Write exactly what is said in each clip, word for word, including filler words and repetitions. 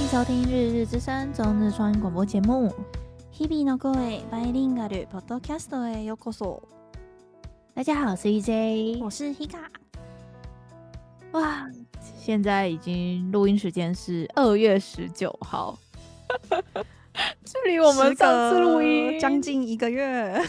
迎收听日日之声中日双语广播节目。日々の声バイリンガルポッドキャストへようこそ。大家好，我是 E J， 我是 Hika。 哇，现在已经录音时间是二月十九号，距离我们上次录音将近一个月。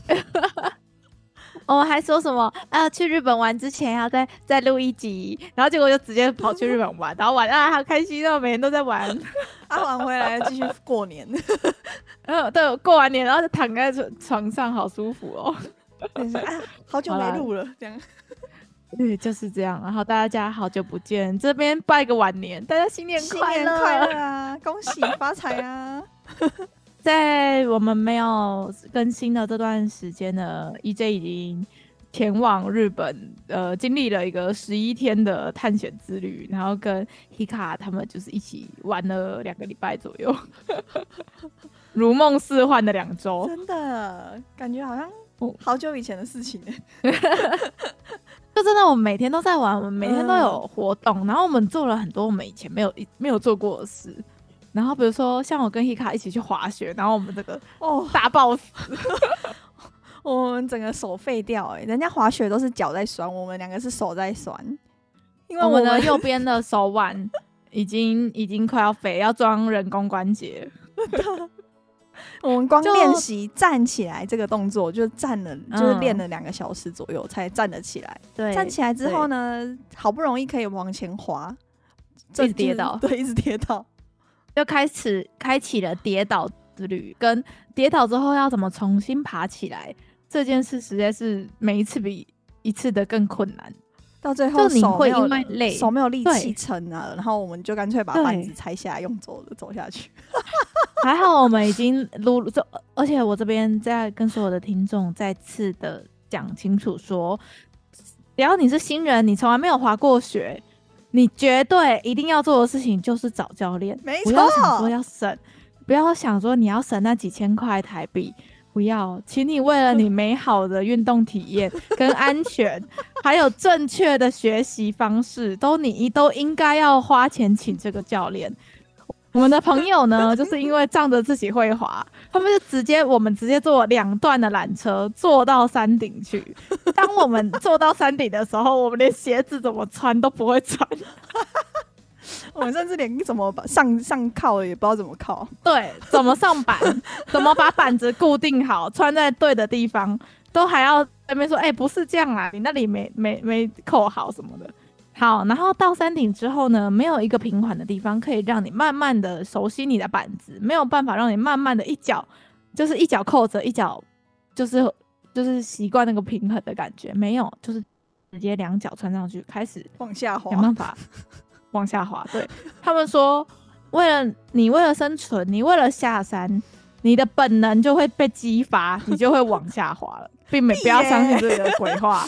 我们还说什么啊？去日本玩之前要再再录一集，然后结果就直接跑去日本玩，然后玩啊，好开心哦，每天都在玩。 啊，玩回来继续过年。 嗯，对，过完年然后就躺在床上，好舒服哦。 就是啊，好久没录了，这样。 对，就是这样。然后大家好久不见，这边拜个晚年，大家新年快乐， 新年快乐啊，恭喜发财啊！ 在我们没有更新的这段时间呢 ，E J 已经前往日本，呃，经历了一个十一天的探险之旅，然后跟 Hika 他们就是一起玩了两个礼拜左右，如梦似幻的两周， 真的感觉好像好久以前的事情呢。 就真的，我们每天都在玩，我们每天都有活动，嗯、然后我们做了很多我们以前没有没有做过的事。然后比如说像我跟 Hika 一起去滑雪，然后我们这个哦大爆死， 我们整个手废掉哎、欸！人家滑雪都是脚在酸，我们两个是手在酸， 因为我们的右边的手腕已经已经快要废，要装人工关节。 我们光练习站起来这个动作就站了，就是练了两个小时左右才站得起来。对，站起来之后呢，好不容易可以往前滑， 一直跌倒， 对，一直跌倒。 就开始开启了跌倒之旅，跟跌倒之后要怎么重新爬起来这件事，实在是每一次比一次的更困难。 到最后就你会因为累， 手没有力气撑啊，然后我们就干脆把板子拆下来，用走的走下去。 还好我们已经录，而且我这边在跟所有的听众再次的讲清楚说，只要你是新人，你从来没有滑过雪。你绝对一定要做的事情就是找教练， 没错， 不要想说要省，不要想说你要省那几千块台币，不要，请你为了你美好的运动体验跟安全，还有正确的学习方式，都你都应该要花钱请这个教练。我们的朋友呢，就是因为仗着自己会滑，他们就直接我们直接坐两段的缆车坐到山顶去。当我们坐到山顶的时候，我们连鞋子怎么穿都不会穿， 我们甚至连怎么上上靠也不知道怎么靠。 对，怎么上板，怎么把板子固定好，穿在对的地方，都还要在那边说，哎、欸，不是这样啊，你那里没没没扣好什么的。好，然后到山顶之后呢，没有一个平缓的地方可以让你慢慢的熟悉你的板子，没有办法让你慢慢的一脚就是一脚扣着，一脚就是就是习惯那个平衡的感觉，没有，就是直接两脚穿上去，开始往下滑， 想办法往下滑。对，他们说，为了你为了生存，你为了下山，你的本能就会被激发，你就会往下滑了，并没不要相信这个鬼话。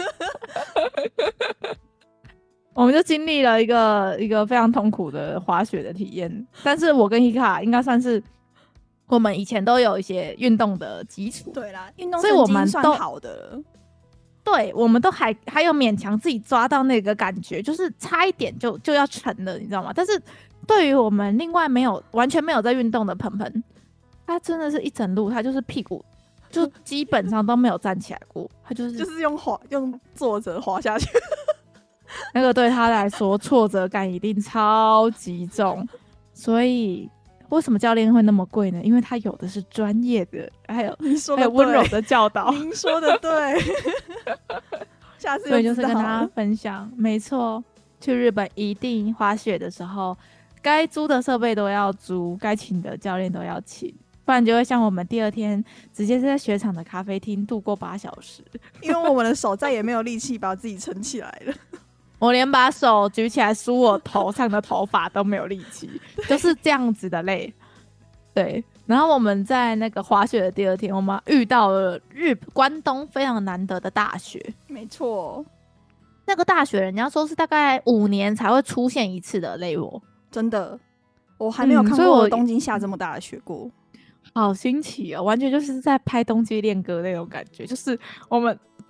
我们就经历了一个一个非常痛苦的滑雪的体验，但是我跟 Hika 应该算是我们以前都有一些运动的基础， 对啦，运动神经算好的了， 对，我们都还还有勉强自己抓到那个感觉，就是差一点就就要沉了，你知道吗？但是对于我们另外没有完全没有在运动的鹏鹏，他真的是一整路他就是屁股就基本上都没有站起来过，他就是就是用滑用坐着滑下去。 那个对他来说挫折感一定超级重，所以为什么教练会那么贵呢？因为他有的是专业的，还有还有温柔的教导。 您说的对，下次所以就是跟大家分享，没错，去日本一定滑雪的时候，该租的设备都要租，该请的教练都要请，不然就会像我们第二天直接在雪场的咖啡厅度过八小时， 因为我们的手再也没有力气把自己撑起来了。 我连把手举起来梳我头上的头发都没有力气，就是这样子的累。对，然后我们在那个滑雪的第二天，我们遇到了日关东非常难得的大雪。 没错， 那个大雪人家说是大概五年才会出现一次的累我， 真的，我还没有看过东京下这么大的雪过。 好新奇哦，完全就是在拍冬季恋歌那种感觉，就是我们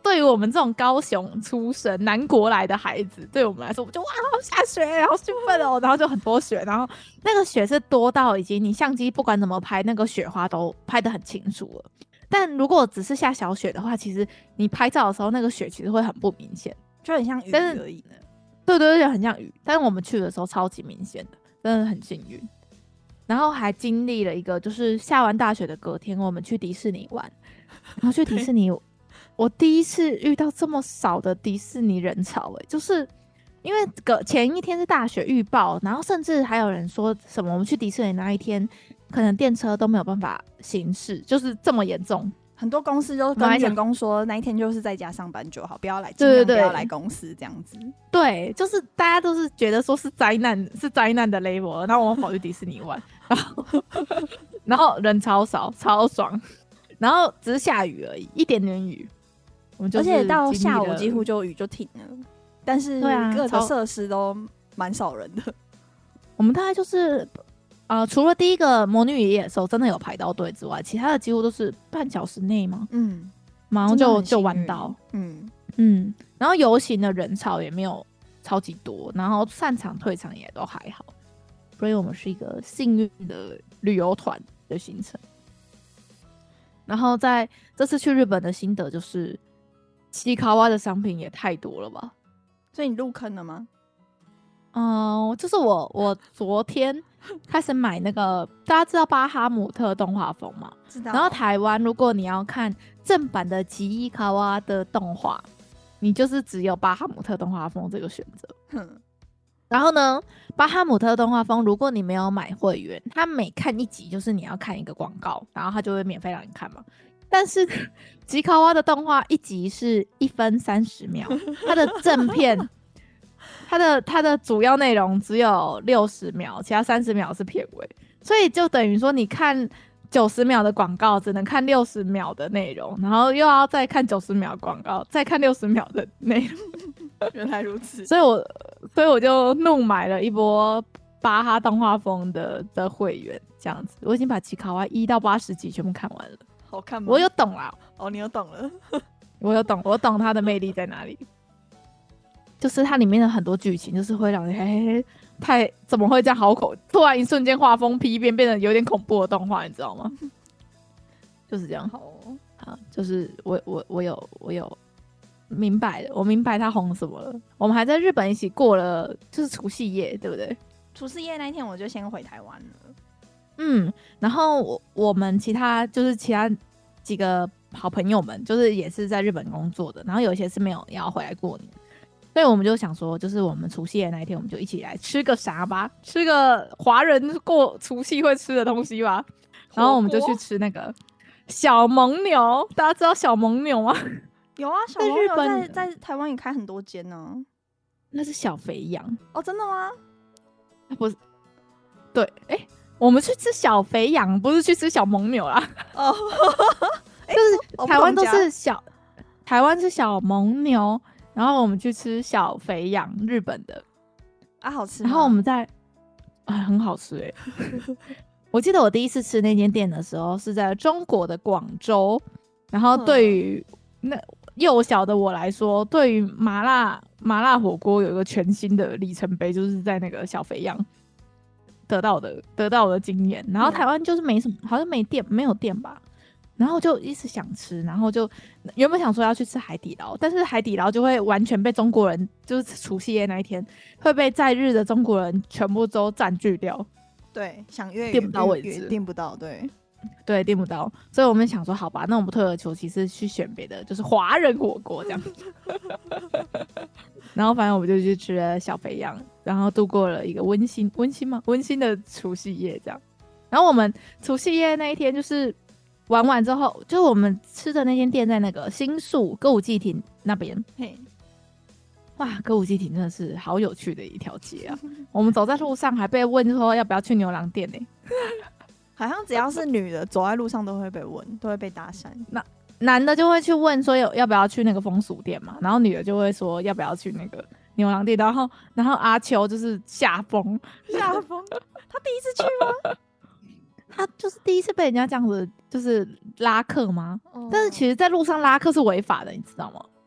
对于我们这种高雄出生、南国来的孩子，对我们来说，我们就哇，下雪，好兴奋哦！然后就很多雪，然后那个雪是多到已经你相机不管怎么拍，那个雪花都拍得很清楚了。但如果只是下小雪的话，其实你拍照的时候，那个雪其实会很不明显， 就很像雨而已。 对对对，很像雨。但是我们去的时候超级明显的，真的很幸运。然后还经历了一个，就是下完大雪的隔天，我们去迪士尼玩，然后去迪士尼。我第一次遇到这么少的迪士尼人潮、欸，就是因为隔前一天是大雪预报，然后甚至还有人说什么我们去迪士尼那一天，可能电车都没有办法行驶，就是这么严重。 很多公司就跟员工说，那一天就是在家上班就好，不要来，尽量不要来公司这样子。 对，就是大家都是觉得说是灾难，是灾难的 level， 然后我们跑去迪士尼玩，然后然后人超少，超爽，然后只是下雨而已，一点点雨。 而且到下午几乎就雨就停了，但是各个设施都蛮少人的。 我们大概就是呃，除了第一个魔女与野兽真的有排到队之外，其他的几乎都是半小时内嘛，嗯，马上就就玩到，嗯嗯。然后游行的人潮也没有超级多，然后散场退场也都还好，所以我们是一个幸运的旅游团的行程。然后在这次去日本的心得就是。西卡哇的商品也太多了吧？ 所以你入坑了吗？ 嗯、呃，就是我我昨天开始买那个，大家知道巴哈姆特动画风吗？ 知道。 然后台湾如果你要看正版的吉伊卡哇的动画，你就是只有巴哈姆特动画风这个选择。哼。然后呢，巴哈姆特动画风，如果你没有买会员，他每看一集就是你要看一个广告，然后他就会免费让你看嘛。但是吉卡哇的动画一集是一分三十秒，它的正片，它的它的主要内容只有六十秒，其他三十秒是片尾，所以就等于说你看九十秒的广告，只能看六十秒的内容，然后又要再看九十秒广告，再看六十秒的内容。 原来如此， 所以我所以我就怒买了一波巴哈动画风的的会员，这样子，我已经把吉卡哇一到八十集全部看完了。 好看吗？ 我有懂啦， 哦，你有懂了， 我有懂，我懂它的魅力在哪里，就是它里面的很多剧情，就是会让你嘿嘿嘿，太怎么会这样好恐，突然一瞬间画风批变，变得有点恐怖的动画，你知道吗？就是这样。好，好，就是我我我有我有明白了，我明白它红什么了。我们还在日本一起过了，就是除夕夜，对不对？ 除夕夜那一天我就先回台湾了。 嗯，然后我我们其他就是其他几个好朋友们，就是也是在日本工作的，然后有一些是没有要回来过年，所以我们就想说，就是我们除夕夜那一天，我们就一起来吃个啥吧，吃个华人过除夕会吃的东西吧。然后我们就去吃那个小蒙牛，大家知道小蒙牛吗？ 有啊，小蒙牛在在台湾也开很多间呢。 那是小肥羊哦，真的吗？ 不是，对，哎、欸。我们去吃小肥羊，不是去吃小蒙牛啦。哦，就是台湾都是小，台湾是小蒙牛，然后我们去吃小肥羊，日本的啊，好吃吗？ 然后我们在，啊，很好吃哎、欸。我记得我第一次吃那间店的时候是在中国的广州，然后对于那幼小的我来说，对于麻辣麻辣火锅有一个全新的里程碑，就是在那个小肥羊。得到的得到的经验，然后台湾就是没什么，好像没店，没有店吧，然后就一直想吃，然后就原本想说要去吃海底捞，但是海底捞就会完全被中国人，就是除夕夜那一天会被在日的中国人全部都占据掉， 对，想约订不到位置， 订不到，对对，订不到，所以我们想说，好吧，那我们退而求其次去选别的，就是华人火锅这样。然后反正我们就去吃了小肥羊，然后度过了一个温馨温馨吗？温馨的除夕夜这样。然后我们除夕夜那一天就是玩完之后，就是我们吃的那间店在那个新宿歌舞伎町那边。嘿，哇，歌舞伎町真的是好有趣的一条街啊！我们走在路上还被问说要不要去牛郎店呢、欸。 好像只要是女的走在路上都会被问，都会被搭讪。 那男的就会去问说有要不要去那个风俗店嘛，然后女的就会说要不要去那个牛郎店，然后然后阿秋就是吓疯， 吓疯。他第一次去吗？ 他就是第一次被人家这样子就是拉客吗？哦、但是其实在路上拉客是违法的，你知道吗？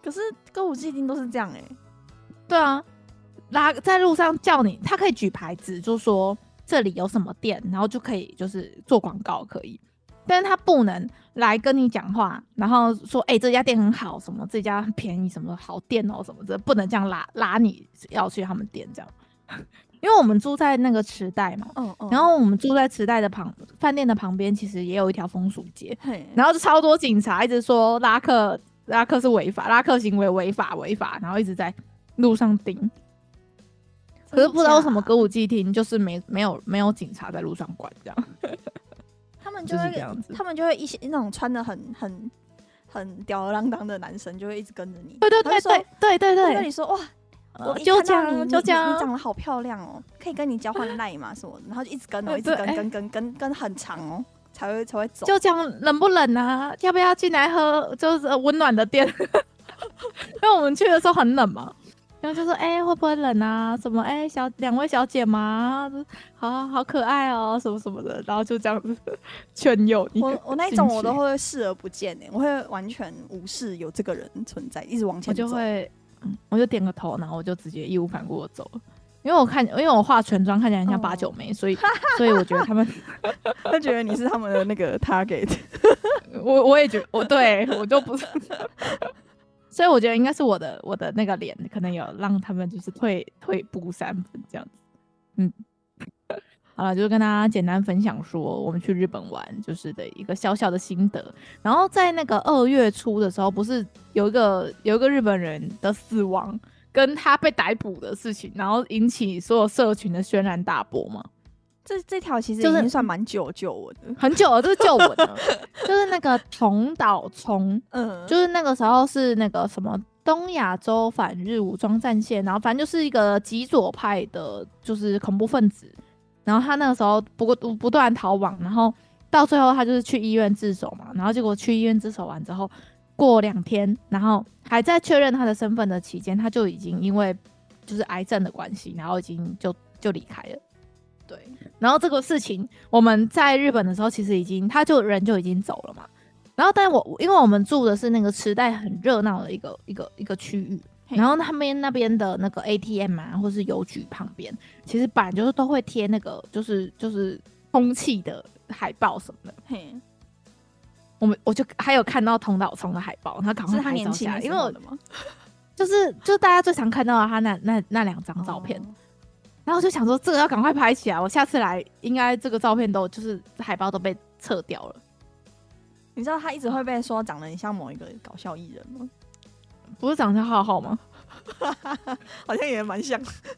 可是歌舞伎町都是这样哎、欸。 对啊，拉在路上叫你，他可以举牌子，就说这里有什么店，然后就可以就是做广告可以，但是他不能来跟你讲话，然后说哎、欸、这家店很好，什么这家很便宜，什么好店哦、喔、什么的，不能这样拉拉你要去他们店这样。因为我们住在那个池袋嘛，嗯嗯，然后我们住在池袋的旁饭店的旁边，其实也有一条风俗街，然后就超多警察一直说拉客拉客是违法，拉客行为违法违法，然后一直在路上盯。可是不知道为什么歌舞伎町就是没没有没有警察在路上管这样， 他们就会、就是、这样子，他们就会一些那种穿的很很很吊儿郎当的男生就会一直跟着你， 对对对对对对对， 跟你说哇。我就这样，就这样， 你长得好漂亮哦，可以跟你交换赖嘛什么的，然后就一直跟哦，一直跟跟跟跟跟很长哦，才会才会走。 就这样，冷不冷啊？要不要进来喝？就是温暖的店，因为我们去的时候很冷嘛，然后就说哎、欸、会不会冷啊？什么哎、欸、小两位小姐嘛，好好可爱哦，什么什么的，然后就这样子劝诱你。 我我那种我都会视而不见哎、欸，我会完全无视有这个人存在，一直往前走。 我就会。嗯、我就点个头，然后我就直接义无反顾的走了，因为我看，因为我化全妆看起来很像八九妹，哦、所以，所以我觉得他们， 他觉得你是他们的那个 target， 我我也觉得，我对我就不是，所以我觉得应该是我的我的那个脸可能有让他们就是退退步三分这样子，嗯。好了，就是跟大家简单分享说我们去日本玩就是的一个小小的心得。然后在那个二月初的时候，不是有一个有一个日本人的死亡跟他被逮捕的事情，然后引起所有社群的轩然大波吗？ 这这条其实已经算蛮久旧闻的， 很久了，这是旧闻了。就是那个桐岛聪，嗯，就是那个时候是那个什么东亚洲反日武装战线，然后反正就是一个极左派的，就是恐怖分子。然后他那个时候不过不断逃亡，然后到最后他就是去医院自首嘛，然后结果去医院自首完之后，过两天，然后还在确认他的身份的期间，他就已经因为就是癌症的关系，然后已经就就离开了。对，然后这个事情我们在日本的时候，其实已经他就人就已经走了嘛。然后但我因为我们住的是那个池袋很热闹的一个一个一个区域。然后他们那边的那个 A T M 啊，或是邮局旁边，其实本来就是都会贴那个就是就是通气的海报什么的。嘿，我们我就还有看到桐岛聪的海报，他赶快拍照下来，因为我就是就大家最常看到的他那那那两张照片，哦、然后我就想说这个要赶快拍起来，我下次来应该这个照片都就是海报都被撤掉了。 你知道他一直会被说长得很像某一个搞笑艺人吗？ 不是长得像浩浩吗？ 好像也蛮像，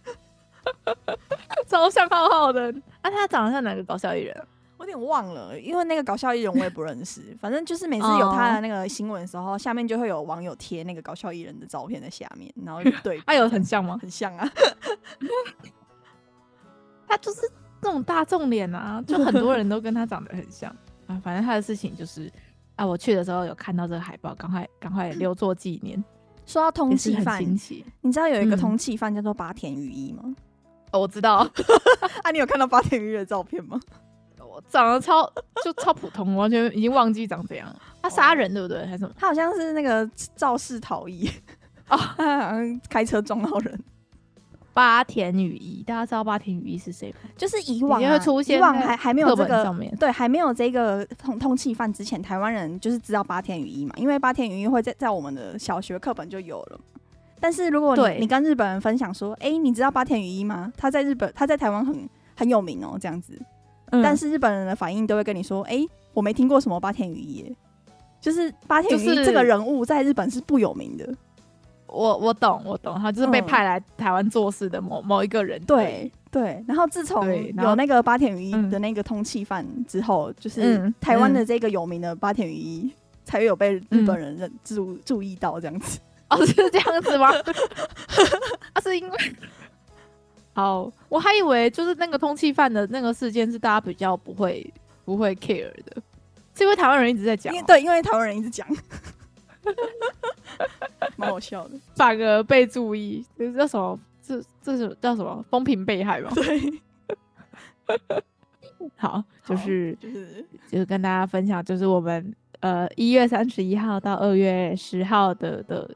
超像浩浩的。啊，他长得像哪个搞笑艺人？ 我有点忘了，因为那个搞笑艺人我也不认识。反正就是每次有他的那个新闻的时候，哦、下面就会有网友贴那个搞笑艺人的照片在下面，然后对， 他有很像吗？ 很像啊。 他就是这种大众脸啊，就很多人都跟他长得很像啊。反正他的事情就是。啊！我去的时候有看到这个海报，赶快赶快留作纪念。 说到通缉犯，你知道有一个通缉犯叫做八田雨衣吗？嗯哦、我知道。 啊，你有看到八田雨衣的照片吗？ 我长得超就超普通，完全已经忘记长怎样了。他杀人对不对？还是什么？ 他好像是那个肇事逃逸。哦，他好像开车撞到人。 八田雨衣，大家知道八田雨衣是谁吗？ 就是以往、啊、 会出现以往还还没有这个上面， 对，还没有这个通通缉犯之前，台湾人就是知道八田雨衣嘛，因为八田雨衣会在在我们的小学课本就有了。但是如果 你, 你跟日本人分享说，哎、欸，你知道八田雨衣吗？他在日本，他在台湾很很有名哦，这样子。嗯、但是日本人的反应都会跟你说，哎、欸，我没听过什么八田雨衣耶，就是八田雨衣这个人物在日本是不有名的。 我我懂，我懂，他就是被派来台湾做事的某、嗯、某一个人。 对对，然后自从有那个八田雨衣的那个通缉犯之后，嗯、就是台湾的这个有名的八田雨衣才有被日本人认注、嗯、注意到这样子。 哦，是这样子吗？啊，是因为好，我还以为就是那个通缉犯的那个事件是大家比较不会不会 care 的，是因为台湾人一直在讲、喔。 对，因为台湾人一直讲。蛮好笑的， 反而被注意，这叫什么？这这是叫什么？风评被害吗？ 对。 好，就是就是就是跟大家分享，就是我们呃一月三十一号到二月十号的的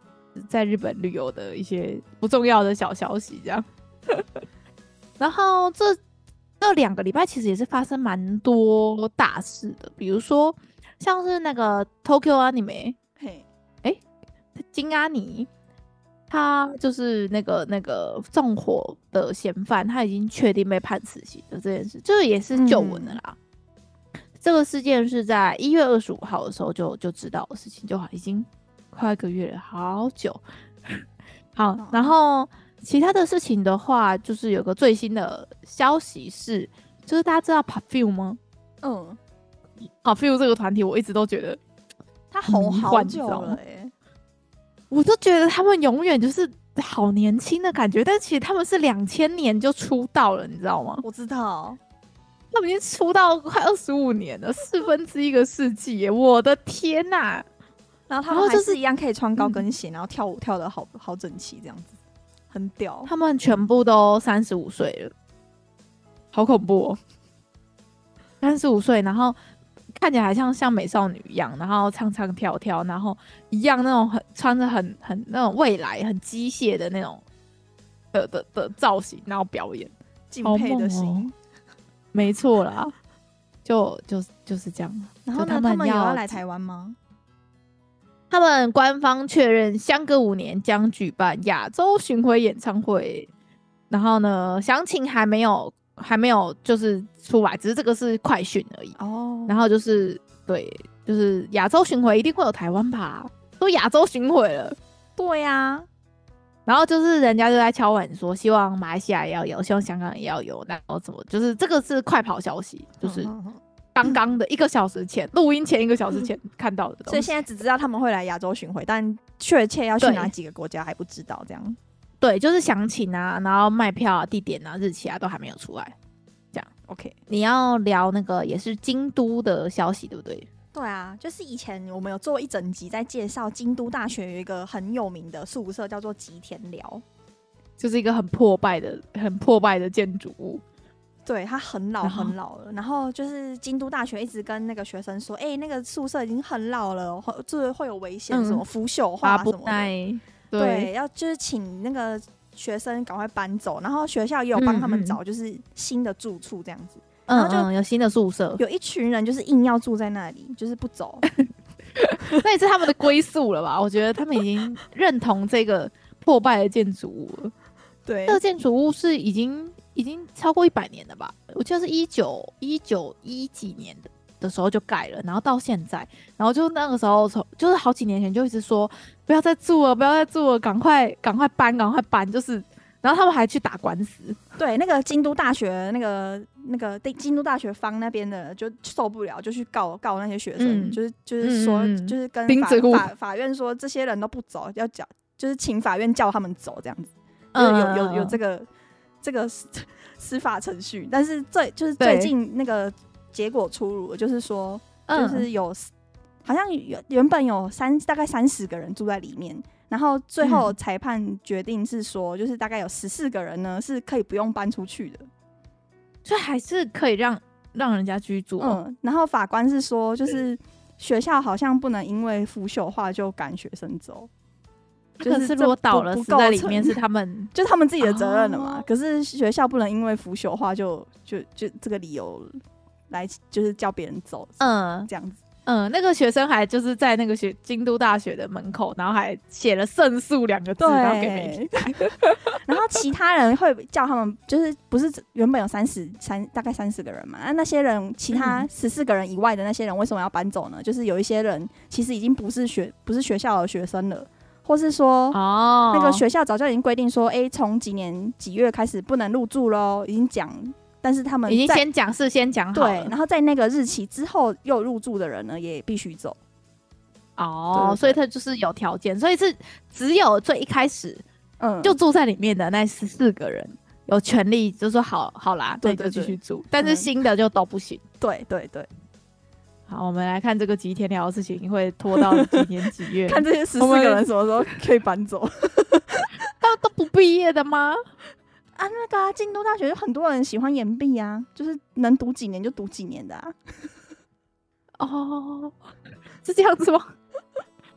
在日本旅游的一些不重要的小消息这样。然后这这两个礼拜其实也是发生蛮多大事的，比如说像是那个 Tokyo Anime， 嘿， 哎，金阿尼，他就是那个那个纵火的嫌犯，他已经确定被判死刑的这件事，这也是旧闻的啦。嗯、这个事件是在一月二十五号的时候就就知道的事情，就好已经快一个月了，好久。好，然后。其他的事情的话，就是有个最新的消息是，就是大家知道 Perfume 吗？ 嗯 ，Perfume 这个团体我一直都觉得他红好久了耶， 我都觉得他们永远就是好年轻的感觉，但其实他们是两千年就出道了，你知道吗？ 我知道， 他们已经出道快二十五年了，四分之一个世纪耶！我的天哪！ 然后他们还是一样可以穿高跟鞋，然后跳舞跳得好好整齐，这样子。很屌， 他们全部都三十五岁了，好恐怖哦！三十五岁，然后看起来还像像美少女一样，然后唱唱跳跳，然后一样那种很穿着很很那种未来很机械的那种的的的造型，然后表演， 敬佩的心，哦、 没错啦，就就就是这样。 然后呢，他们, 他们有要来台湾吗？ 他们官方确认，相隔五年将举办亚洲巡回演唱会。然后呢，详情还没有还没有就是出来，只是这个是快讯而已。哦。然后就是对，就是亚洲巡回一定会有台湾吧？都亚洲巡回了。 对呀、啊。 然后就是人家就在敲碗说，希望马来西亚也要有，希望香港也要有，然后怎么就是这个是快跑消息，就是。嗯嗯嗯刚刚的一个小时前，录音前一个小时前看到的东西， 所以现在只知道他们会来亚洲巡回，但确切要去哪几个国家还不知道。这样， 对，就是详情啊，然后卖票啊、地点啊、日期啊都还没有出来。这样 ，OK。 你要聊那个也是京都的消息，对不对？ 对啊，就是以前我们有做一整集在介绍京都大学有一个很有名的宿舍叫做吉田寮， 就是一个很破败的、很破败的建筑物。 对，它很老很老了，然后就是京都大学一直跟那个学生说，哎、欸，那个宿舍已经很老了，就是会有危险，什么腐朽化什么的， 嗯、 对, 对，要就是请那个学生赶快搬走，然后学校也有帮他们找就是新的住处这样子， 嗯、 然后就嗯嗯有新的宿舍， 有一群人就是硬要住在那里，就是不走， 那也是他们的归宿了吧？我觉得他们已经认同这个破败的建筑物了。 对， 这个建筑物是已经。已经超过一百年了吧？我记得是一九一九一几年的的时候就盖了，然后到现在，然后就那个时候从就是好几年前就一直说不要再住了，不要再住了，赶快赶快搬，赶快搬，就是，然后他们还去打官司。 对，那个京都大学那个那个京都大学方那边的就受不了，就去告告那些学生，嗯、就是就是说、嗯、就是跟法法法院说这些人都不走，要叫就是请法院叫他们走这样子，嗯、有有有这个。这个司法程序，但是最就是最近那个结果出炉，就是说，就是有、嗯、好像原本有三大概三十个人住在里面，然后最后裁判决定是说，就是大概有十四个人呢是可以不用搬出去的， 所以还是可以让让人家居住、哦。 嗯，然后法官是说，就是学校好像不能因为腐朽化就赶学生走。 就是如果倒了死在里面是他们， 就是他们自己的责任了嘛。哦、可是学校不能因为腐朽化就就就这个理由来，就是叫别人走，嗯，这样子。 嗯，那个学生还就是在那个学京都大学的门口，然后还写了胜诉两个字，然后给媒体。 然后其他人会叫他们，就是不是原本有三十三大概三十个人嘛？那那些人，其他十四个人以外的那些人为什么要搬走呢？就是有一些人其实已经不是学不是学校的学生了。或是说，哦，那个学校早就已经规定说，哎、欸，从几年几月开始不能入住咯，已经讲，但是他们已经先讲是先讲好了， 对，然后在那个日期之后又入住的人呢，也必须走。 哦，对对对，所以他就是有条件，所以是只有最一开始，嗯，就住在里面的那十四个人有权利，就说好好啦，对，就继续住，但是新的就都不行。 嗯、对对对。 好，我们来看这个吉田寮的事情会拖到几年几月？ 看这些十四个人什么时候可以搬走？ 他们都不毕业的吗？ 啊，那个啊，京都大学有很多人喜欢延毕啊，就是能读几年就读几年的啊。 哦，是这样子吗？是这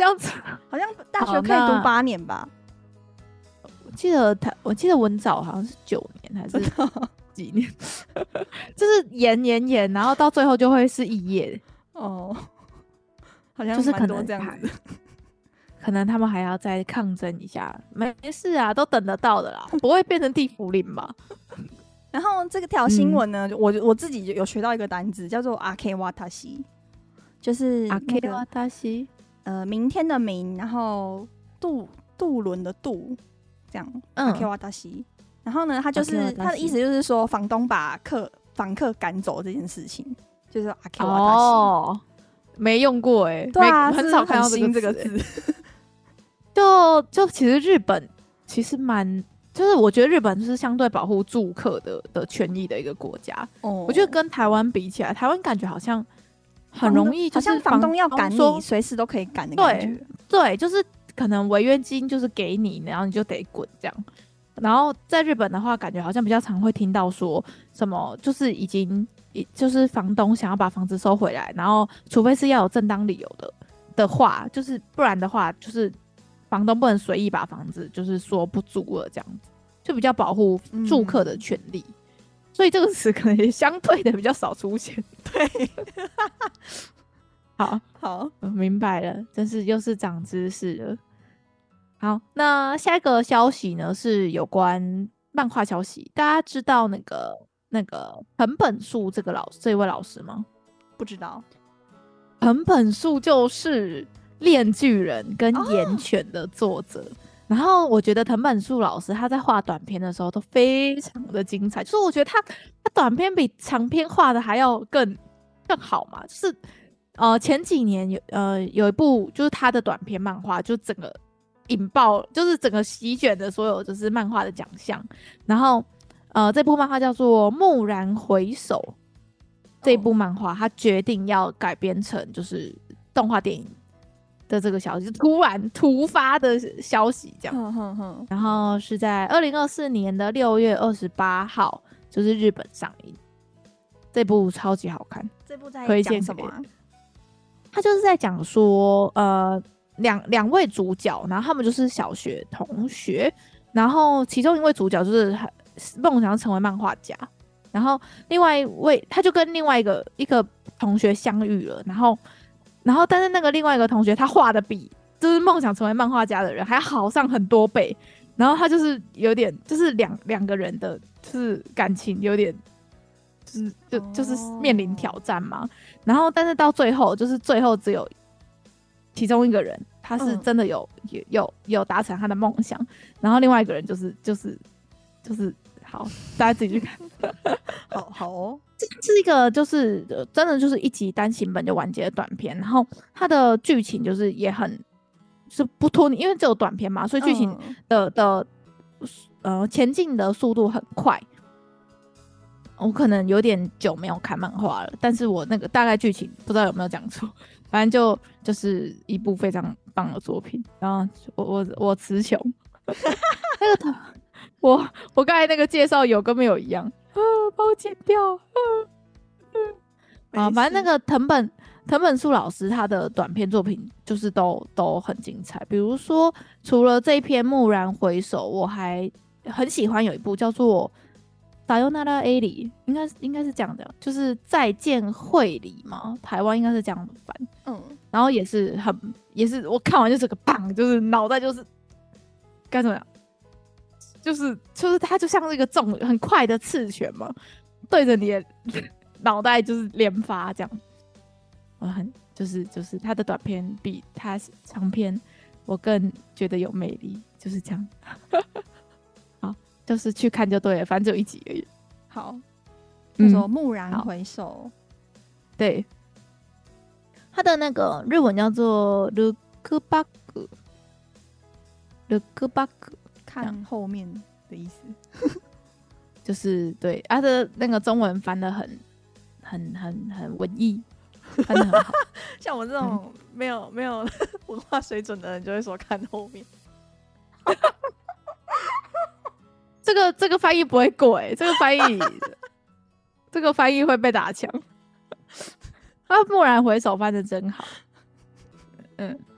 这样子， 好像大学可以读八年吧？ 我记得他，我记得文藻好像是九年还是几年，就是延延延，然后到最后就会是肄业哦，好像就是可能这样子。 可能他们还要再抗争一下，没事啊，都等得到的啦，不会变成地府令吧？ 然后这个条新闻呢，嗯、我我自己有学到一个单字，叫做阿 K 瓦塔西，就是阿 K 瓦塔西， 呃，明天的明，然后渡渡轮的渡，这样阿 K 瓦塔西。然后呢，他就是他的意思就是说，房东把客房客赶走这件事情，就是阿 K 瓦塔西。哦， 没用过哎、欸， 对啊， 很少看到这个这个字。 就就其实日本其实蛮，就是我觉得日本就是相对保护住客的的权益的一个国家。哦，我觉得跟台湾比起来，台湾感觉好像很容易，就是好像房东要赶你，随时都可以赶的感觉。 对，对，就是可能违约金就是给你，然后你就得滚这样。然后在日本的话，感觉好像比较常会听到说什么，就是已经就是房东想要把房子收回来，然后除非是要有正当理由的的话，就是不然的话，就是房东不能随意把房子就是说不租了这样子，就比较保护住客的权利。嗯、所以这个词可能也相对的比较少出现。 对， 好好， 我明白了，真是又是长知识了。好，那下一个消息呢是有关漫画消息。大家知道那个那个藤本树这个老这一位老师吗？ 不知道。 藤本树就是《链锯人》跟《岩犬》的作者。哦、然后我觉得藤本树老师他在画短片的时候都非常的精彩，就是我觉得他他短片比长片画的还要更更好嘛。就是呃前几年有呃有一部就是他的短片漫画，就整个引爆，就是整个席卷的所有就是漫画的奖项。然后呃这部漫画叫做《蓦然回首》，这部漫画他决定要改编成就是动画电影的这个消息，突然突发的消息这样。呵呵呵，然后是在二零二四年的六月二十八号，就是日本上映。这部超级好看， 这部在推讲什么、啊？ 他就是在讲说，呃，两两位主角，然后他们就是小学同学，然后其中一位主角就是梦想成为漫画家，然后另外一位他就跟另外一个一个同学相遇了，然后。然后，但是那个另外一个同学，他画的比就是梦想成为漫画家的人还好上很多倍。然后他就是有点，就是两两个人的，就是感情有点，就是就就是面临挑战嘛。Oh. 然后，但是到最后，就是最后只有其中一个人，他是真的有、嗯、有有达成他的梦想，然后另外一个人就是就是就是好，大家自己去看。 好好哦。 这是一个就是真的就是一集单行本就完结的短片，然后它的剧情就是也很是不拖泥，因为只有短片嘛，所以剧情的、嗯、的呃前进的速度很快。我可能有点久没有看漫画了，但是我那个大概剧情不知道有没有讲错，反正就就是一部非常棒的作品。然后我我我词穷，那个我我刚才那个介绍有跟没有一样。啊，帮我剪掉！啊，反正那个藤本藤本树老师他的短片作品就是都都很精彩。比如说，除了这一篇《蓦然回首》，我还很喜欢有一部叫做《Sayonara Eri》，应该应该是这样的，就是再见惠理嘛，台湾应该是这样的翻。嗯，然后也是很也是我看完就是个棒，就是脑袋就是该怎么样？就是就是它就像是一个重很快的刺拳嘛，对着你的脑袋就是连发这样。我很就是就是它的短片比它长片我更觉得有魅力，就是这样。好，就是去看就对了，反正只有一集而已。 好，叫做蓦然回首。 对，它的那个日文叫做 look back look back。 看后面的意思， 就是对他的那个中文翻得很很很很文艺，翻得很好。 像我这种没有、嗯、没有文化水准的人，就会说看后面。 这个这个翻译不会过哎、欸，这个翻译这个翻译会被打枪。他蓦然回首翻得真好，嗯。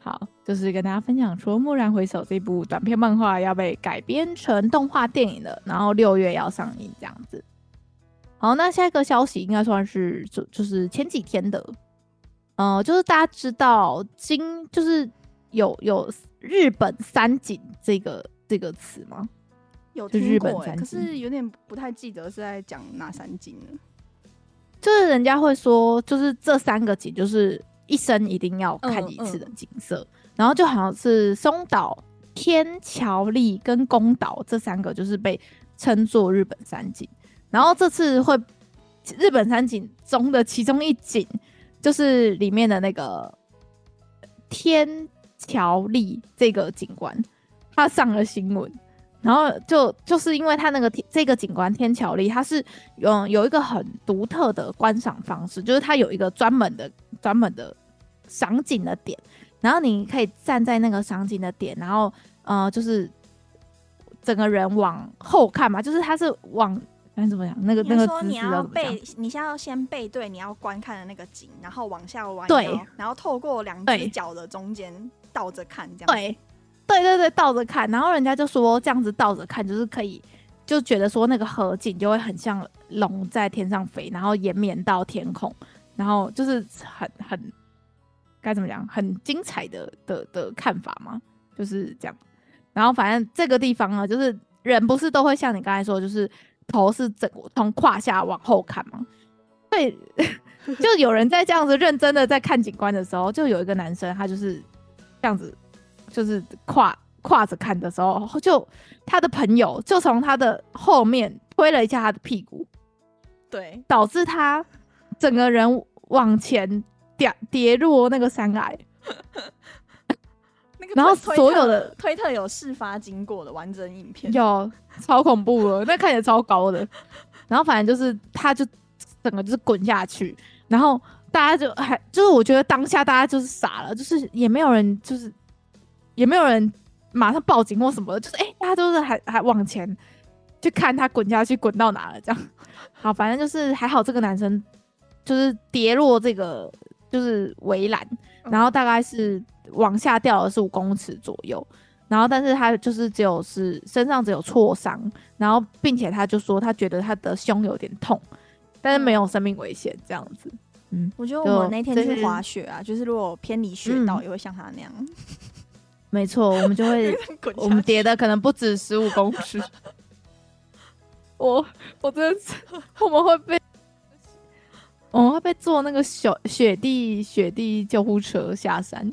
好，就是跟大家分享说，《蓦然回首》这部短篇漫画要被改编成动画电影了，然后六月要上映这样子。好，那下一个消息应该算是就就是前几天的，呃，就是大家知道今就是有有日本三井这个这个词吗？ 有听过、欸，可是有点不太记得是在讲哪三井呢？ 就是人家会说，就是这三个景就是一生一定要看一次的景色，嗯嗯、然后就好像是松岛、天桥立跟宫岛这三个就是被称作日本三景，然后这次会日本三景中的其中一景就是里面的那个天桥立这个景观，他上了新闻。然后就就是因为它那个这个景观天桥立，它是有有一个很独特的观赏方式，就是它有一个专门的专门的赏景的点，然后你可以站在那个赏景的点，然后呃就是整个人往后看嘛，就是它是往该怎么讲那个那个姿势你要背，你现在要先背对你要观看的那个景，然后往下弯腰，然后透过两只脚的中间倒着看，这样对。对对对，倒着看，然后人家就说这样子倒着看就是可以，就觉得说那个河景就会很像龙在天上飞，然后延绵到天空，然后就是很很该怎么讲，很精彩的的的看法嘛，就是这样。然后反正这个地方呢，就是人不是都会像你刚才说，就是头是整从胯下往后看吗？对，就有人在这样子认真的在看景观的时候，就有一个男生他就是这样子。就是跨跨着看的时候，就他的朋友就从他的后面推了一下他的屁股， 对， 导致他整个人往前跌跌落那个山崖。 那个然后所有的推特有事发经过的完整影片， 有超恐怖了，那看起来超高的。然后反正就是他就整个就是滚下去，然后大家就还就是我觉得当下大家就是傻了，就是也没有人就是。也没有人马上报警或什么的，就是哎、欸，大家都是还还往前去看他滚下去，滚到哪了这样。好，反正就是还好，这个男生就是跌落这个就是围栏，然后大概是往下掉了是五公尺左右，然后但是他就是只有是身上只有挫伤，然后并且他就说他觉得他的胸有点痛，但是没有生命危险这样子。嗯， 我觉得我们那天去滑雪啊，就是如果偏离雪道，也会像他那样。嗯没错，我们就会，我们跌的可能不止十五公尺。我我真的是，我们会被，我们会被坐那个雪雪地雪地救护车下山。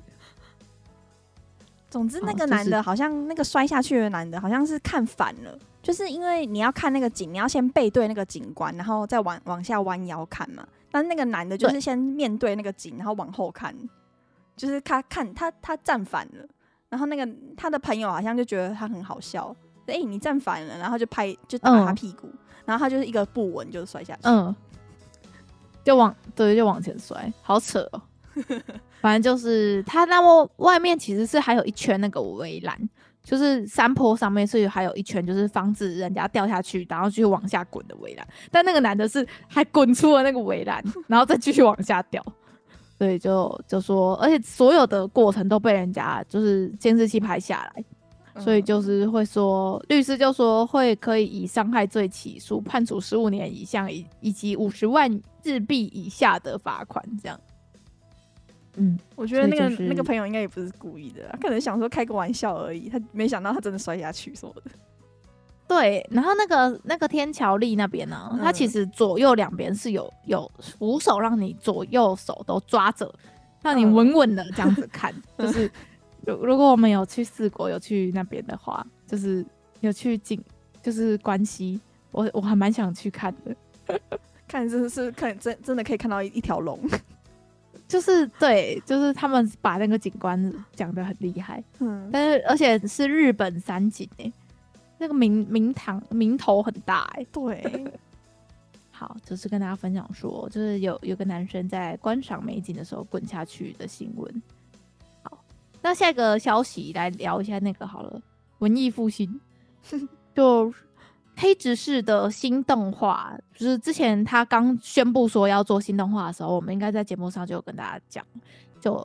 总之，那个男的好像那个摔下去的男的好像是看反了，就是因为你要看那个景，你要先背对那个景观，然后再往往下弯腰看嘛。但那个男的就是先面对那个景，然后往后看，就是他看他他站反了。然后那个他的朋友好像就觉得他很好笑，哎、欸，你站反了，然后就拍就打他屁股，嗯、然后他就是一个不稳就摔下去， 嗯，就往对就往前摔，好扯哦。反正就是他那么外面其实是还有一圈那个围栏，就是山坡上面是还有一圈，就是防止人家掉下去，然后继续往下滚的围栏。但那个男的是还滚出了那个围栏，然后再继续往下掉。所以就就说，而且所有的过程都被人家就是监视器拍下来，嗯、所以就是会说，律师就说会可以以伤害罪起诉，判处十五年以下以以及五十万日币以下的罚款，这样。嗯， 我觉得那个、就是、那个朋友应该也不是故意的，他可能想说开个玩笑而已，他没想到他真的摔下去什么的。 对，然后那个那个天桥立那边呢，它其实左右两边是有有扶手，让你左右手都抓着，让你稳稳的这样子看。嗯、就是如果我们有去四国有去那边的话，就是有去景，就是关西，我我还蛮想去看的。 看真的是看真真的可以看到一, 一条龙， 就是对，就是他们把那个景观讲得很厉害，嗯，但是而且是日本三景哎、欸。那个名名堂名头很大哎、欸， 对， 好，就是跟大家分享说，就是有有个男生在观赏美景的时候滚下去的新闻。好，那下一个消息来聊一下那个好了，文艺复兴，就黑执事的新动画，就是之前他刚宣布说要做新动画的时候，我们应该在节目上就有跟大家讲，就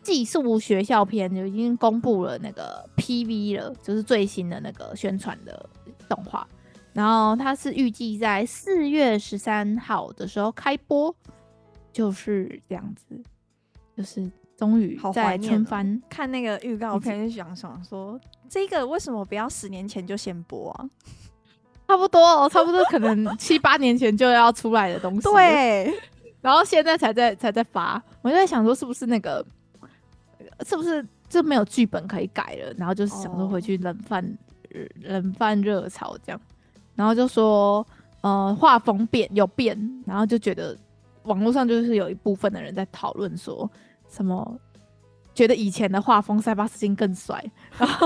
寄宿学校篇就已经公布了那个 P V 了，就是最新的那个宣传的动画。然后它是预计在四月十三号的时候开播，就是这样子，就是终于在春番、 哦、看那个预告片就想想说，这个为什么不要十年前就先播啊？ 差不多、哦，差不多可能七八年前就要出来的东西。 对，然后现在才在才在发，我就在想说是不是那个是不是就没有剧本可以改了，然后就是想说回去冷饭、哦、冷饭热炒这样。然后就说，呃，画风变有变，然后就觉得网络上就是有一部分的人在讨论说什么，觉得以前的画风塞巴斯汀更帅，然后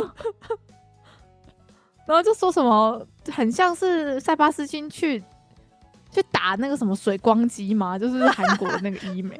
然后就说什么很像是塞巴斯汀去去打那个什么水光肌嘛，就是韩国的那个医美，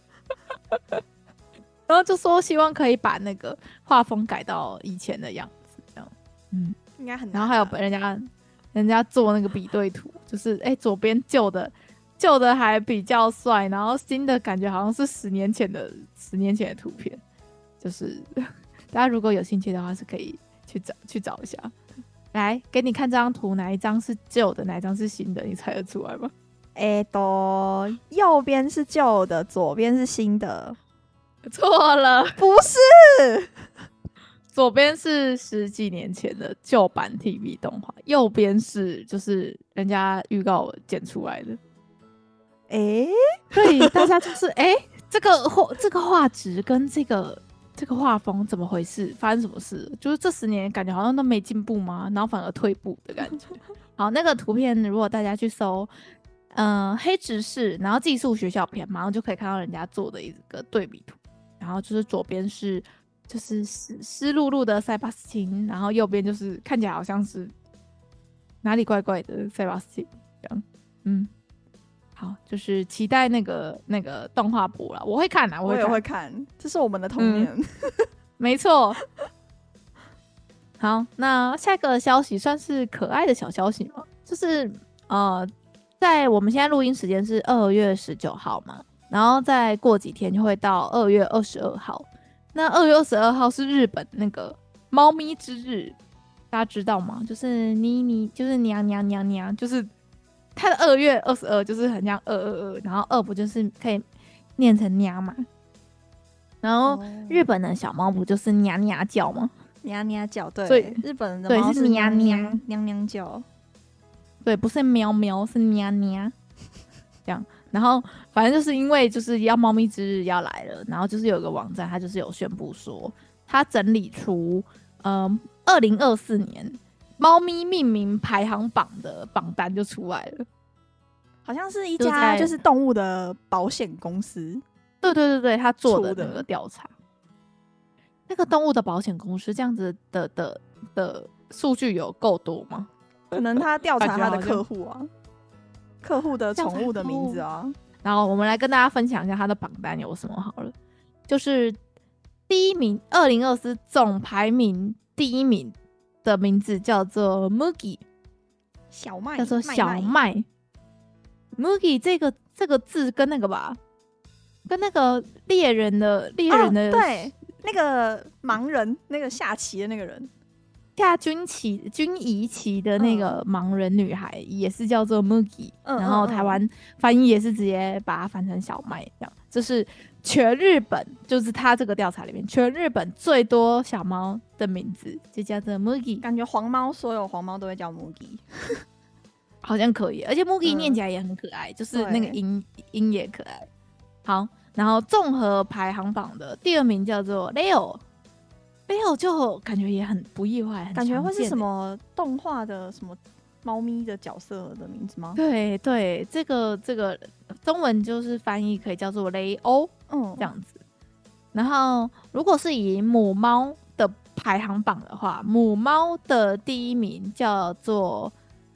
然后就说希望可以把那个画风改到以前的样子，这样，嗯， 应该很难。 然后还有人家。人家做那个比对图，就是哎、欸，左边旧的旧的还比较帅，然后新的感觉好像是十年前的十年前的图片，就是大家如果有兴趣的话，是可以去找去找一下。来，给你看这张图，哪一张是旧的，哪一张是新的，你猜得出来吗？ 哎、欸，都右边是旧的，左边是新的。 错了， 不是。 左边是十几年前的旧版 T V 动画，右边是就是人家预告剪出来的。 哎、欸， 所以大家就是哎、欸，这个画这个画质跟这个这个画风怎么回事？发生什么事了？就是这十年感觉好像都没进步吗？然后反而退步的感觉。好，那个图片如果大家去搜，嗯、呃，黑执事，然后寄宿学校篇，马上就可以看到人家做的一个对比图。然后就是左边是。就是湿湿漉漉的塞巴斯汀，然后右边就是看起来好像是哪里怪怪的塞巴斯汀这样，嗯，好，就是期待那个那个动画播啦，我会看啊，我, 会看我也会看，这是我们的童年，嗯、 没错。好，那下一个消息算是可爱的小消息嘛，就是呃，在我们现在录音时间是二月十九号嘛，然后再过几天就会到二月二十二号。那二月二十二号是日本那个猫咪之日，大家知道吗？就是妮妮，就是娘娘娘娘，就是它的二月二十二，就是很像二二二，然后二不就是可以念成娘嘛？然后日本的小猫不就是娘娘叫吗？ 娘娘叫，对， 所以日本的猫是娘娘娘娘叫， 对，不是喵喵，是娘娘，这样。然后反正就是因为就是要猫咪之日要来了，然后就是有个网站，它就是有宣布说，它整理出嗯二零二四年猫咪命名排行榜的榜单就出来了， 好像是一家就是动物的保险公司， 对对对对，他做的那个调查，那个动物的保险公司这样子的的的数据有够多吗？ 可能他调查他的客户啊。客户的宠物的名字啊， 然后我们来跟大家分享一下它的榜单有什么好了。就是第一名，二零二四总排名第一名的名字叫做 Mugi， 小麦， 叫做小麦。Mugi 这个这个字跟那个吧，跟那个猎人的猎人的、 哦、对，那个盲人，那个下棋的那个人。 下军棋、军仪棋的那个盲人女孩、嗯、也是叫做 Mugi，、嗯、然后台湾翻译也是直接把它翻成小麦，这样。这是全日本，就是他这个调查里面，全日本最多小猫的名字就叫做 Mugi。 感觉黄猫，所有黄猫都会叫 Mugi， 好像可以，而且 Mugi 念起来也很可爱，嗯、就是那个音音也可爱。好，然后综合排行榜的第二名叫做 Leo。Leo 就感觉也很不意外， 感觉会是什么动画的什么猫咪的角色的名字吗？ 对对，这个这个中文就是翻译可以叫做雷欧，嗯，这样子。然后如果是以母猫的排行榜的话，母猫的第一名叫做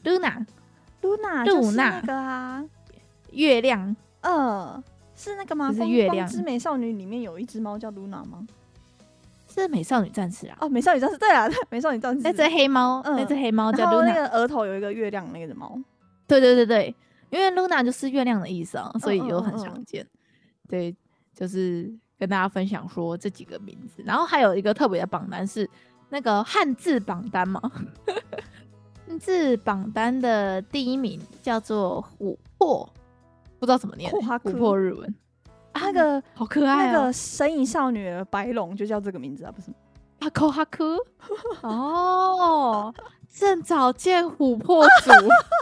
Luna，Luna 就是那个啊， 月亮， 呃，是那个吗？ 就是月亮。 光之美少女里面有一只猫叫 Luna 吗？ 是美少女战士啊！ 哦，美少女战士，对啊，美少女战士那只黑猫，嗯、那只黑猫叫 Luna， 然后那个额头有一个月亮那个猫。 对对对对，因为 Luna 就是月亮的意思啊，所以就很常见。嗯嗯嗯对，就是跟大家分享说这几个名字。然后还有一个特别的榜单是那个汉字榜单嘛，汉字榜单的第一名叫做琥珀，不知道怎么念、欸，琥珀日文。 那个好可爱、 喔，那个神隐少女的白龙就叫这个名字啊，不是？ 哈扣哈扣，哦，正早见琥珀族。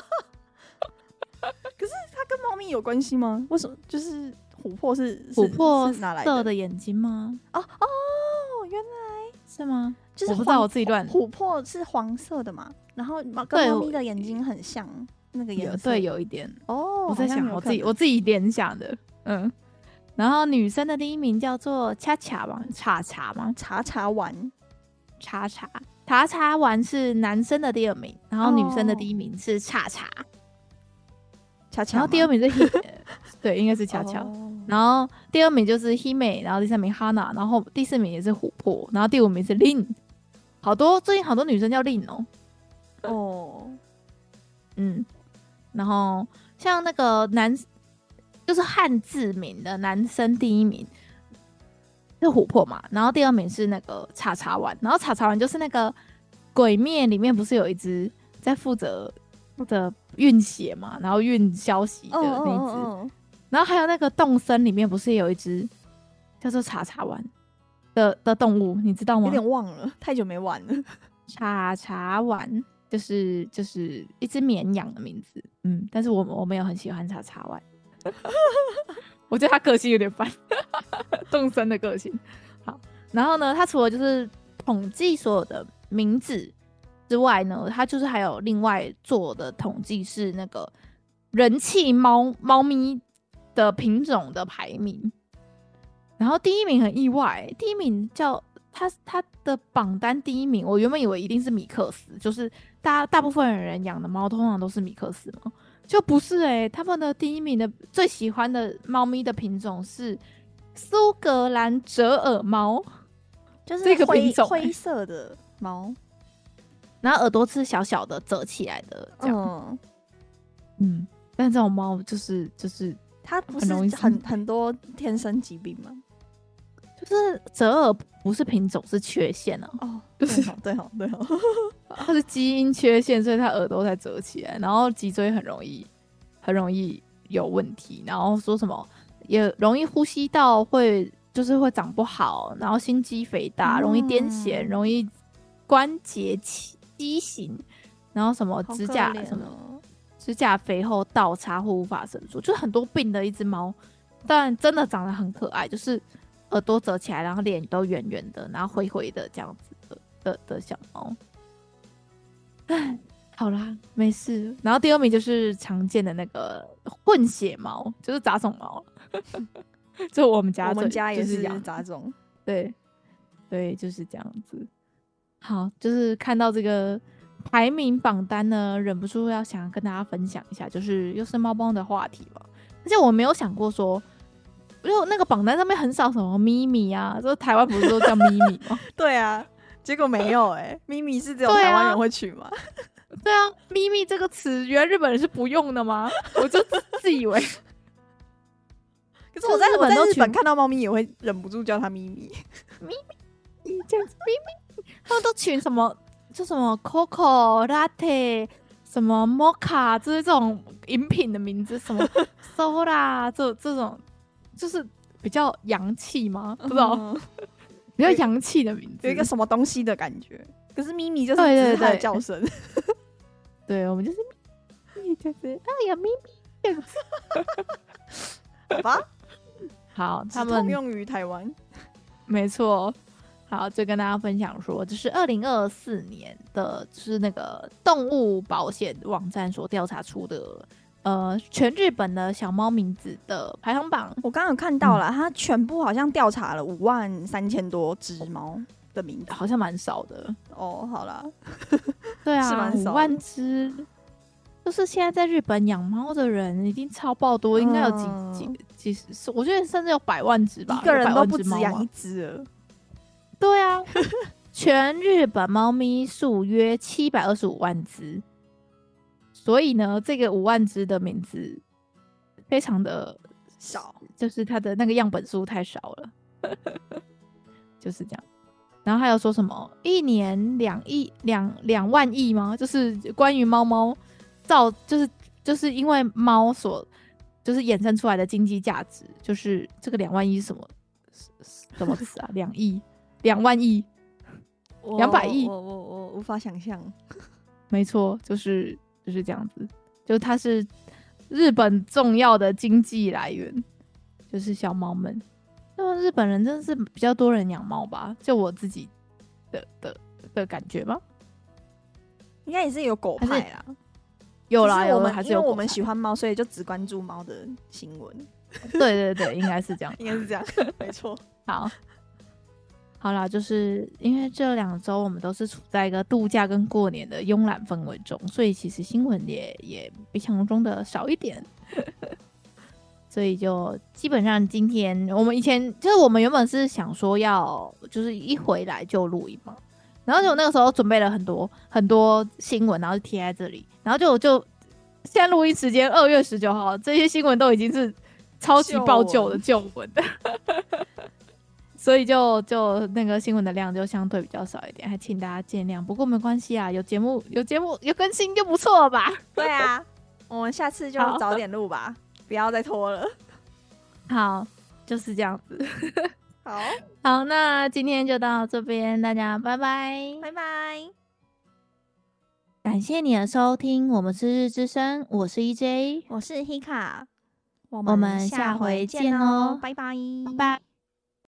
可是它跟猫咪有关系吗？为什么？就是琥珀是琥珀是哪来色的眼睛吗？ 哦哦，原来是吗？ 就是我不知道，我自己乱。 琥珀是黄色的嘛，然后跟猫咪的眼睛很像，那个颜色。 对，有一点。 哦， 我在想我自己我自己联想的，嗯。然后女生的第一名叫做恰恰嘛，茶茶吗？ 茶茶丸， 茶茶茶茶丸是男生的第二名，然后女生的第一名是茶茶， 恰恰， 然后第二名是 He， 对，应该是恰恰。哦、然后第二名就是 Hime， 然后第三名 Hana， 然后第四名也是琥珀，然后第五名是 Lin。好多最近好多女生叫 Lin 哦。 哦， 嗯，然后像那个男。就是汉字名的男生第一名是琥珀嘛，然后第二名是那个茶茶丸，然后茶茶丸就是那个鬼灭里面不是有一只在负责负责运血嘛，然后运消息的那一只， oh, oh, oh, oh. 然后还有那个动森里面不是有一只叫做茶茶丸的的动物，你知道吗？ 有点忘了，太久没玩了。 茶茶丸就是就是一只绵羊的名字，嗯，但是我我没有很喜欢茶茶丸。我觉得他个性有点烦，动森的个性。好，然后呢，他除了就是统计所有的名字之外呢，他就是还有另外做的统计是那个人气猫猫咪的品种的排名。然后第一名很意外、欸，第一名叫他他的榜单第一名，我原本以为一定是米克斯，就是大大部分人养的猫通常都是米克斯嘛。就不是哎、欸，他们的第一名的最喜欢的猫咪的品种是苏格兰折耳猫， 就是这个品种、 欸、灰色的猫， 然后耳朵是小小的折起来的这样，嗯，嗯但这种猫就是就是它不是很很很多天生疾病吗？ 就是折耳不是品种，是缺陷啊。 哦，就是对哦对哦， 它是基因缺陷，所以它耳朵才折起来，然后脊椎很容易很容易有问题，然后说什么也容易呼吸道会就是会长不好，然后心肌肥大，容易癫痫，嗯、容易关节畸形，然后什么指甲、哦、什么指甲肥厚、倒插或无法伸缩，就是很多病的一只猫，但真的长得很可爱，就是耳朵折起来，然后脸都圆圆的，然后灰灰的这样子的 的, 的小猫。唉，好啦，没事。然后第二名就是常见的那个混血猫，就是杂种猫，就我们家我们家也是杂种， 对对，就是这样子。好，就是看到这个排名榜单呢，忍不住要想跟大家分享一下，就是又是猫猫的话题嘛。而且我没有想过说。因为那个榜单上面很少什么咪咪啊，就是台湾不是都叫咪咪吗？ 对啊，结果没有哎、欸，咪咪是只有台湾人会取吗？ 对啊，咪咪这个词原来日本人是不用的吗？我就自自以为。 可是我在我在日本看到猫咪也会忍不住叫它咪咪， 咪咪这样子咪咪，他们都取什么就什么 Coco Latte 什么 Mocha， 就是这种饮品的名字，什么 Soda 这这种。就是比较洋气吗？不知道，嗯、比较洋气的名字， 有一个什么东西的感觉。可是咪咪就是只是它的叫声， 对, 对, 对, 对，我们就是咪咪，就是哎呀咪咪这样子， 好吧？ 好，他们通用于台湾， 没错。好，就跟大家分享说，这是二零二四年的，就是那个动物保险网站所调查出的。呃，全日本的小猫名字的排行榜， 我刚刚有看到了，嗯、它全部好像调查了五万三千多只猫的名字， 好像蛮少的哦。好啦， 对啊， 是蛮少， 五万只，就是现在在日本养猫的人已经超爆多，嗯、应该有几几几十，我觉得甚至有百万只吧， 一个人都不止养一只了。 对啊，全日本猫咪数约七百二十五万只。所以呢，这个五万只的名字非常的少， 就是它的那个样本数太少了。 就是这样。然后还有说什么一年两亿两两万亿吗？就是关于猫猫造，就是就是因为猫所就是衍生出来的经济价值，就是这个两万亿是什么什么词啊？两亿两万亿两百亿， 我我我无法想象。 没错，就是就是这样子，就它是日本重要的经济来源，就是小猫们。那么日本人真的是比较多人养猫吧？就我自己的的的感觉吗？ 应该也是有狗派啦， 有啦，有我们还是有狗派。 因为我们喜欢猫，所以就只关注猫的新闻。 对对对，应该是这样， 应该是这样，没错。 好，好啦，就是因为这两周我们都是处在一个度假跟过年的慵懒氛围中，所以其实新闻也也比想象中的少一点。所以就基本上今天我们以前就是我们原本是想说要就是一回来就录音嘛，然后就那个时候准备了很多很多新闻，然后就贴在这里，然后就就现在录音时间二月十九号，这些新闻都已经是超级爆旧的旧闻的，所以就就那个新闻的量就相对比较少一点，还请大家见谅。不过没关系啊，有节目有节目有更新就不错了吧？ 对啊，我们下次就早点录吧。不要再拖了。 好，就是这样子。 好， 好，那今天就到这边，大家拜拜， 拜拜。 感谢你的收听，我们是日之声，我是 E J， 我是 Hika， 我们下回见哦， 拜拜， 拜拜。